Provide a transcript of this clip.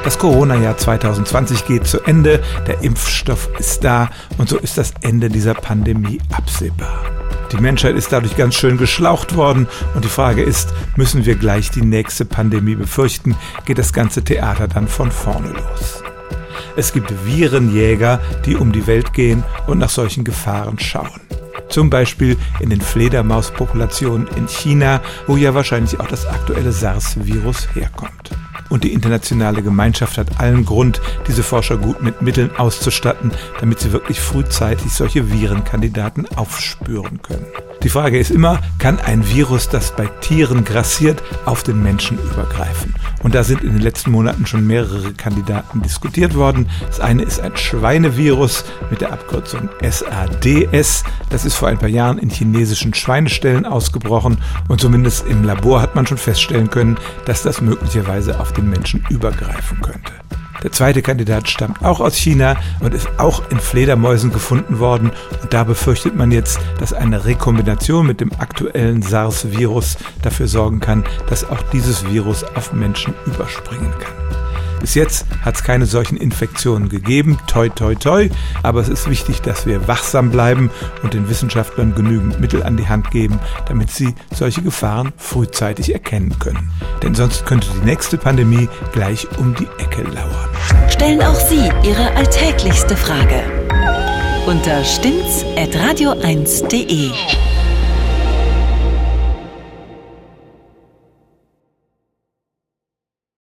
Das Corona-Jahr 2020 geht zu Ende, der Impfstoff ist da und so ist das Ende dieser Pandemie absehbar. Die Menschheit ist dadurch ganz schön geschlaucht worden und die Frage ist, müssen wir gleich die nächste Pandemie befürchten, geht das ganze Theater dann von vorne los. Es gibt Virenjäger, die um die Welt gehen und nach solchen Gefahren schauen. Zum Beispiel in den Fledermauspopulationen in China, wo ja wahrscheinlich auch das aktuelle SARS-Virus herkommt. Und die internationale Gemeinschaft hat allen Grund, diese Forscher gut mit Mitteln auszustatten, damit sie wirklich frühzeitig solche Virenkandidaten aufspüren können. Die Frage ist immer, kann ein Virus, das bei Tieren grassiert, auf den Menschen übergreifen? Und da sind in den letzten Monaten schon mehrere Kandidaten diskutiert worden. Das eine ist ein Schweinevirus mit der Abkürzung SARS. Das ist vor ein paar Jahren in chinesischen Schweineställen ausgebrochen und zumindest im Labor hat man schon feststellen können, dass das möglicherweise auf den Menschen übergreifen könnte. Der zweite Kandidat stammt auch aus China und ist auch in Fledermäusen gefunden worden. Und da befürchtet man jetzt, dass eine Rekombination mit dem aktuellen SARS-Virus dafür sorgen kann, dass auch dieses Virus auf Menschen überspringen kann. Bis jetzt hat es keine solchen Infektionen gegeben, toi toi toi, aber es ist wichtig, dass wir wachsam bleiben und den Wissenschaftlern genügend Mittel an die Hand geben, damit sie solche Gefahren frühzeitig erkennen können. Denn sonst könnte die nächste Pandemie gleich um die Ecke lauern. Stellen auch Sie Ihre alltäglichste Frage unter stimmt's@radio1.de.